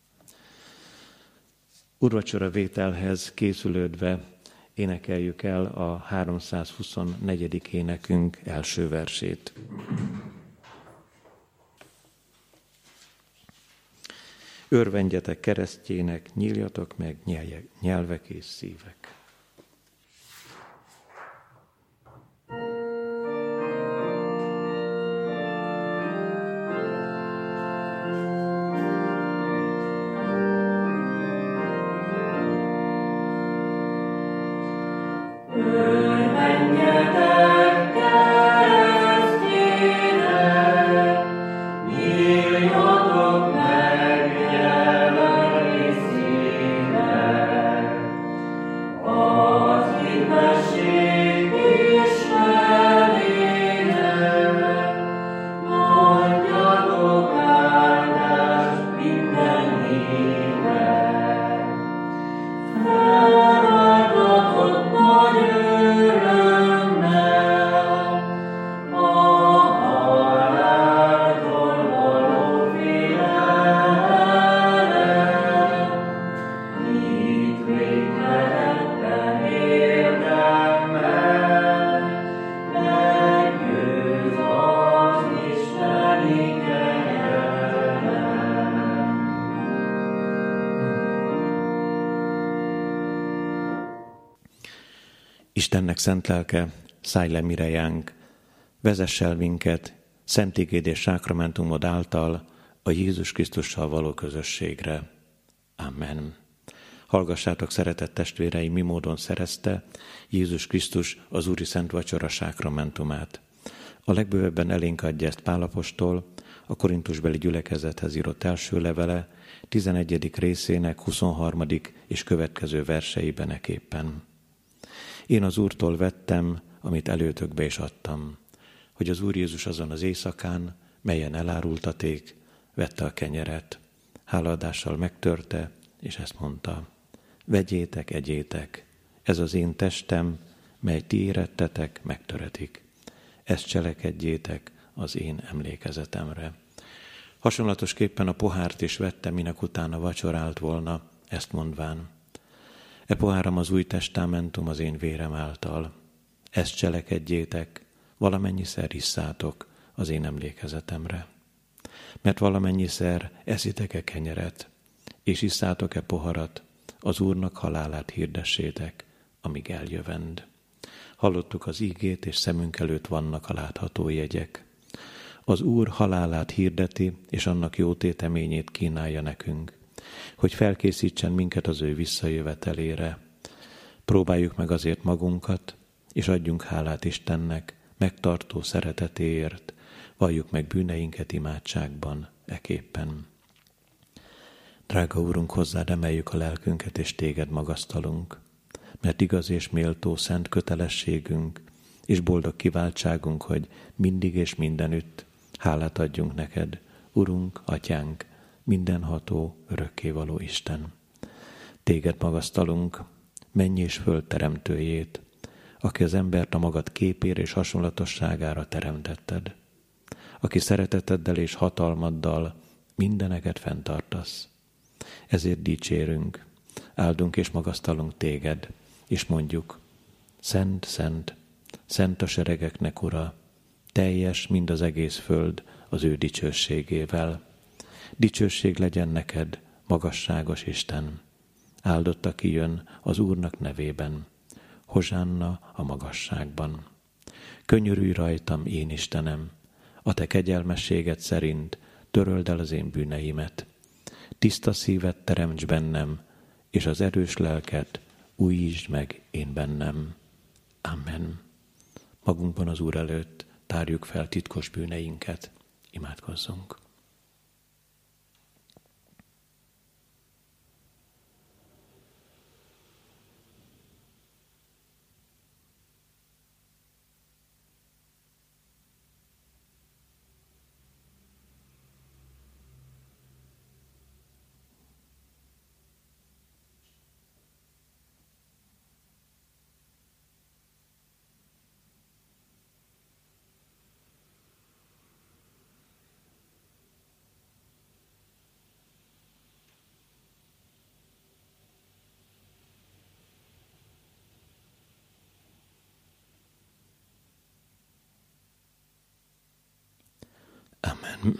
Úrvacsora vételhez készülődve énekeljük el a 324. énekünk első versét. Örvendjetek keresztjének, nyíljatok meg nyelvek és szívek. Istennek szent lelke, szállj le mirejánk, vezess el minket szent igéd és sákramentumod által a Jézus Krisztussal való közösségre. Amen. Hallgassátok, szeretett testvéreim, mi módon szerezte Jézus Krisztus az Úri Szent Vacsora sákramentumát. A legbővebben elénk adja ezt Pál apostol, a korintusbeli gyülekezethez írott első levele 11. részének 23. és következő verseiben eképpen. Én az Úrtól vettem, amit előtökbe is adtam, hogy az Úr Jézus azon az éjszakán, melyen elárultaték, vette a kenyeret, hálaadással megtörte, és ezt mondta: vegyétek, egyétek, ez az én testem, mely ti érettetek, megtöretik. Ezt cselekedjétek az én emlékezetemre. Hasonlatosképpen a pohárt is vette, minek utána vacsorált volna, ezt mondván: e poháram az új testamentum az én vérem által. Ezt cselekedjétek, valamennyiszer isszátok az én emlékezetemre. Mert valamennyiszer eszitek-e kenyeret, és isszátok-e poharat, az Úrnak halálát hirdessétek, amíg eljövend. Hallottuk az ígét, és szemünk előtt vannak a látható jegyek. Az Úr halálát hirdeti, és annak jó téteményét kínálja nekünk, hogy felkészítsen minket az ő visszajövetelére. Próbáljuk meg azért magunkat, és adjunk hálát Istennek megtartó szeretetéért, valljuk meg bűneinket imádságban eképpen. Drága Úrunk, hozzád emeljük a lelkünket, és téged magasztalunk, mert igaz és méltó szent kötelességünk, és boldog kiváltságunk, hogy mindig és mindenütt hálát adjunk neked, Urunk, Atyánk, mindenható, örökkévaló Isten. Téged magasztalunk, menny és föld teremtőjét, aki az embert a magad képére és hasonlatosságára teremtetted, aki szereteteddel és hatalmaddal mindeneket fenntartasz. Ezért dicsérünk, áldunk és magasztalunk téged, és mondjuk: Szent, szent, szent a seregeknek Ura, teljes mind az egész föld az ő dicsőségével. Dicsőség legyen neked, magasságos Isten. Áldott, aki jön az Úrnak nevében. Hozsánna a magasságban. Könyörülj rajtam, én Istenem, a te kegyelmességed szerint töröld el az én bűneimet. Tiszta szívet teremts bennem, és az erős lelket újítsd meg én bennem. Amen. Magunkban az Úr előtt tárjuk fel titkos bűneinket. Imádkozzunk. Amen.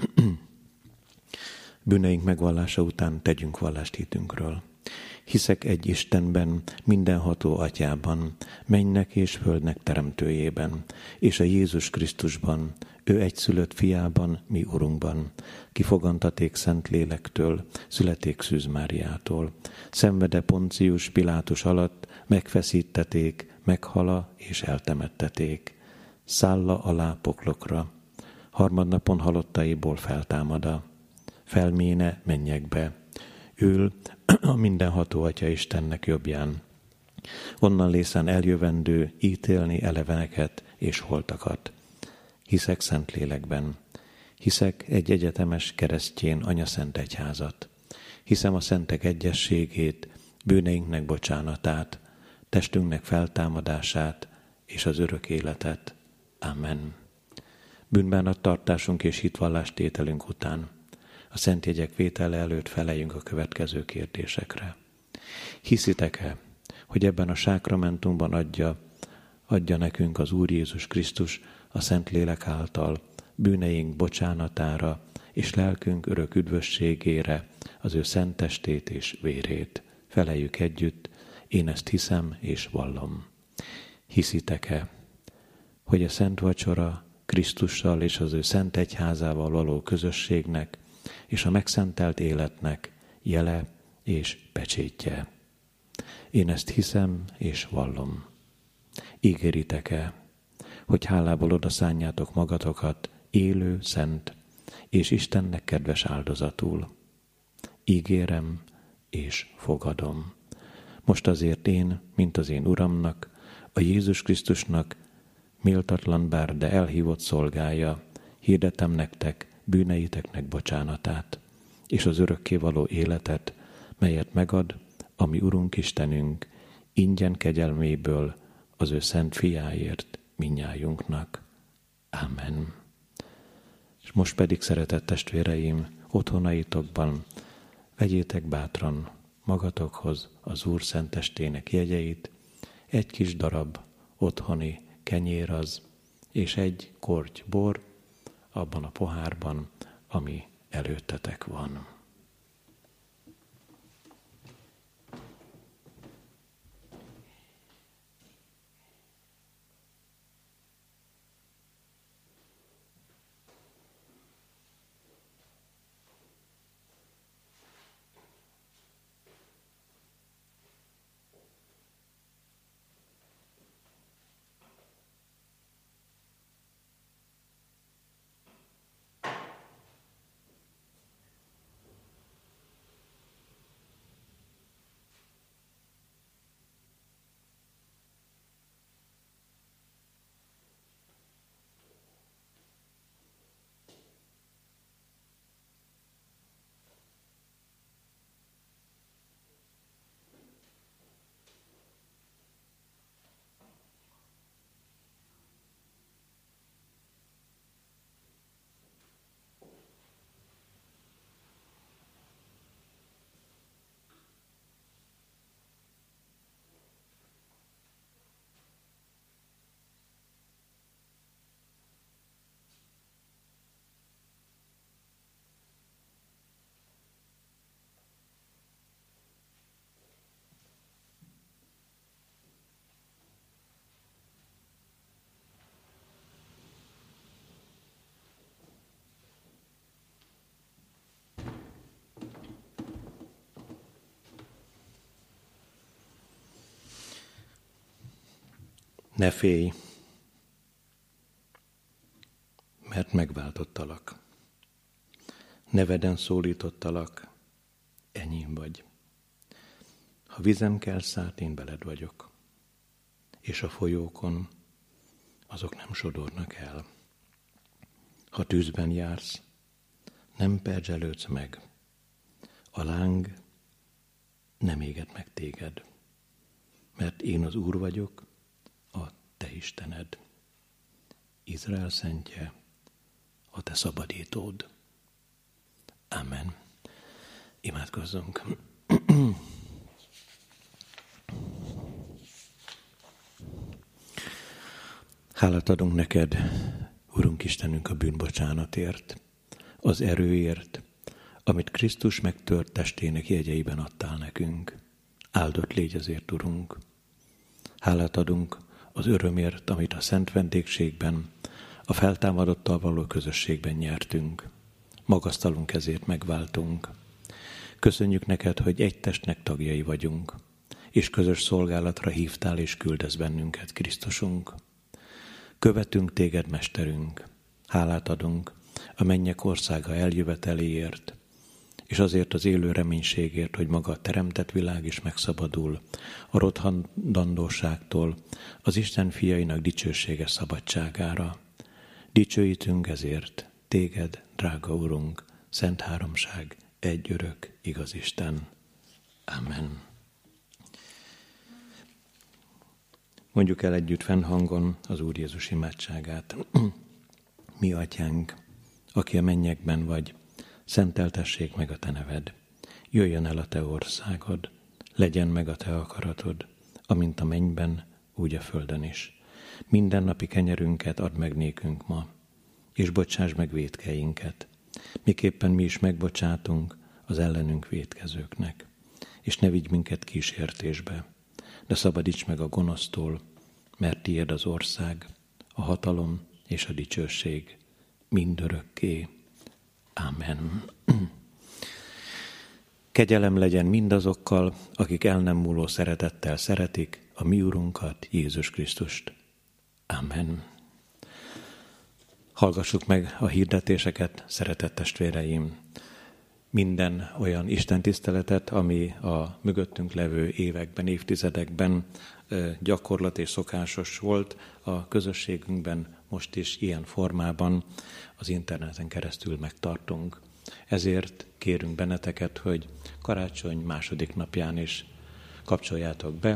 Bűneink megvallása után tegyünk vallást hitünkről. Hiszek egy Istenben, mindenható Atyában, mennynek és földnek teremtőjében, és a Jézus Krisztusban, ő egyszülött fiában, mi Urunkban, ki fogantaték Szent Lélektől, születék Szűz Máriától, szenvede Poncius Pilátus alatt, megfeszítették, meghala és eltemetteték, szálla alá poklokra, harmadnapon halottaiból feltámada, felméne mennyekbe, ül a mindenható Atya Istennek jobbján, onnan lészen eljövendő ítélni eleveneket és holtakat. Hiszek Szentlélekben, hiszek egy egyetemes keresztjén anyaszent egyházat, hiszem a szentek egyességét, bűneinknek bocsánatát, testünknek feltámadását és az örök életet. Amen. Bűnbánattartásunk és hitvallástételünk után a szentjegyek vétele előtt feleljünk a következő kérdésekre. Hiszitek-e, hogy ebben a sákramentumban adja nekünk az Úr Jézus Krisztus a Szentlélek által bűneink bocsánatára és lelkünk örök üdvösségére az ő szent testét és vérét? Feleljük együtt, én ezt hiszem és vallom. Hiszitek-e, hogy a szent vacsora Krisztussal és az ő szent egyházával való közösségnek és a megszentelt életnek jele és pecsétje? Én ezt hiszem és vallom. Ígéritek-e, hogy hálából odaszánjátok magatokat élő, szent és Istennek kedves áldozatul? Ígérem és fogadom. Most azért én, mint az én Uramnak, a Jézus Krisztusnak méltatlan bár, de elhívott szolgája, hirdetem nektek bűneiteknek bocsánatát, és az örökkévaló életet, melyet megad a mi Urunk Istenünk, ingyen kegyelméből az ő szent fiáért minnyájunknak. Amen. És most pedig, szeretett testvéreim, otthonaitokban vegyétek bátran magatokhoz az Úr szent testének jegyeit, egy kis darab otthoni kenyér az, és egy korty bor abban a pohárban, ami előttetek van. Ne félj, mert megváltottalak. Neveden szólítottalak, enyém vagy. Ha vizem kell szállt, én beled vagyok, és a folyókon azok nem sodornak el. Ha tűzben jársz, nem perzselődsz meg, a láng nem éget meg téged, mert én az Úr vagyok, a te Istened, Izrael szentje, a te szabadítód. Amen. Imádkozzunk. Hálát adunk neked, Urunk Istenünk, a bűnbocsánatért, az erőért, amit Krisztus megtört testének jegyeiben adtál nekünk. Áldott légy ezért, Urunk. Hálát adunk az örömért, amit a szent vendégségben, a feltámadottal való közösségben nyertünk. Magasztalunk ezért, megváltunk. Köszönjük neked, hogy egy testnek tagjai vagyunk, és közös szolgálatra hívtál és küldesz bennünket, Krisztusunk. Követünk téged, Mesterünk. Hálát adunk a mennyek országa eljöveteléért, és azért az élő reménységért, hogy maga a teremtett világ is megszabadul a rothadandóságtól, az Isten fiainak dicsőséges szabadságára. Dicsőítünk ezért téged, drága Urunk, Szent Háromság, egy örök, igaz Isten. Amen. Mondjuk el együtt fennhangon az Úr Jézus imádságát. Mi atyánk, aki a mennyekben vagy, szenteltessék meg a te neved. Jöjjön el a te országod, legyen meg a te akaratod, amint a mennyben, úgy a földön is. Mindennapi kenyerünket add meg nékünk ma, és bocsáss meg vétkeinket, miképpen mi is megbocsátunk az ellenünk vétkezőknek. És ne vigy minket kísértésbe, de szabadíts meg a gonosztól, mert tiéd az ország, a hatalom és a dicsőség mindörökké. Amen. Kegyelem legyen mindazokkal, akik el nem múló szeretettel szeretik a mi Urunkat, Jézus Krisztust. Amen. Hallgassuk meg a hirdetéseket, szeretett testvéreim. Minden olyan istentiszteletet, ami a mögöttünk levő években, évtizedekben gyakorlat és szokásos volt a közösségünkben, most is ilyen formában az interneten keresztül megtartunk. Ezért kérünk benneteket, hogy karácsony második napján is kapcsoljátok be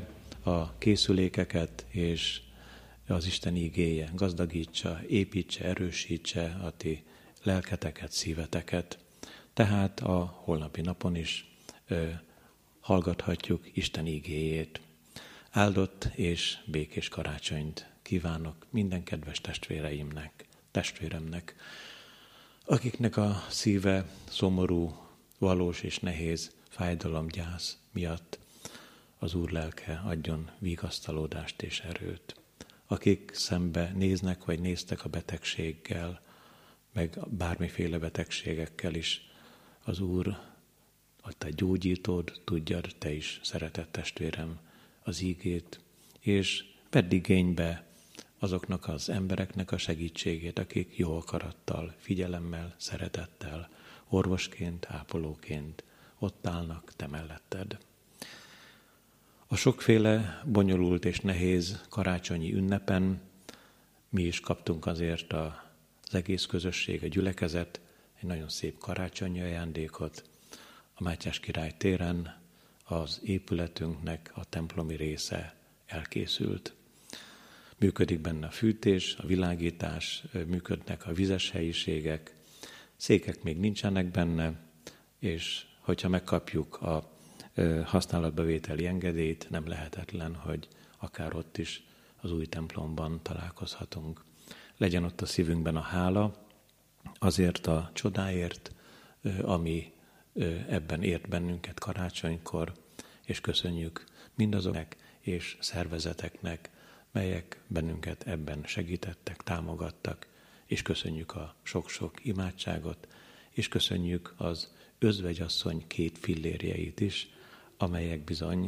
a készülékeket, és az Isten igéje gazdagítsa, építse, erősítse a ti lelketeket, szíveteket. Tehát a holnapi napon is hallgathatjuk Isten igéjét. Áldott és békés karácsonyt kívánok minden kedves testvéremnek, akiknek a szíve szomorú, valós és nehéz fájdalomgyász miatt az Úr lelke adjon vigasztalódást és erőt. Akik szembe néznek vagy néztek a betegséggel, meg bármiféle betegségekkel is, az Úr, a te gyógyítód, tudjad te is, szeretett testvérem, az ígét, és vedd igénybe azoknak az embereknek a segítségét, akik jó akarattal, figyelemmel, szeretettel, orvosként, ápolóként ott állnak te melletted. A sokféle bonyolult és nehéz karácsonyi ünnepen mi is kaptunk azért az egész közösség, a gyülekezet egy nagyon szép karácsonyi ajándékot. A Mátyás király téren az épületünknek a templomi része elkészült. Működik benne a fűtés, a világítás, működnek a vizes helyiségek, székek még nincsenek benne, és hogyha megkapjuk a használatbevételi engedélyt, nem lehetetlen, hogy akár ott is az új templomban találkozhatunk. Legyen ott a szívünkben a hála azért a csodáért, ami ebben ért bennünket karácsonykor, és köszönjük mindazoknak és szervezeteknek, melyek bennünket ebben segítettek, támogattak, és köszönjük a sok-sok imádságot, és köszönjük az özvegyasszony 2 fillérjeit is, amelyek bizony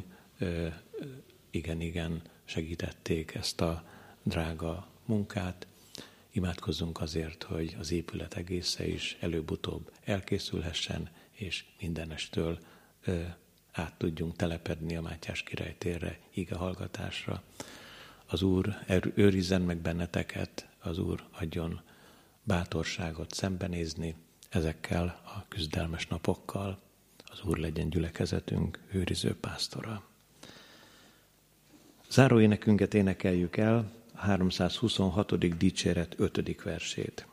igen segítették ezt a drága munkát. Imádkozzunk azért, hogy az épület egésze is előbb-utóbb elkészülhessen, és mindenestől át tudjunk telepedni a Mátyás király térre, igehallgatásra. Az Úr őrizzen meg benneteket, az Úr adjon bátorságot szembenézni ezekkel a küzdelmes napokkal. Az Úr legyen gyülekezetünk őriző pásztora. Záróénekünket énekeljük el, a 326. dicséret 5. versét.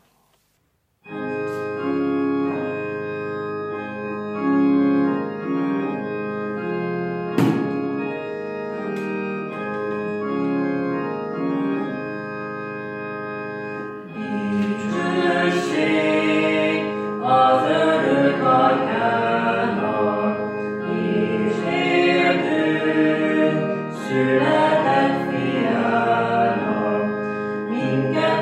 Született fiának, minket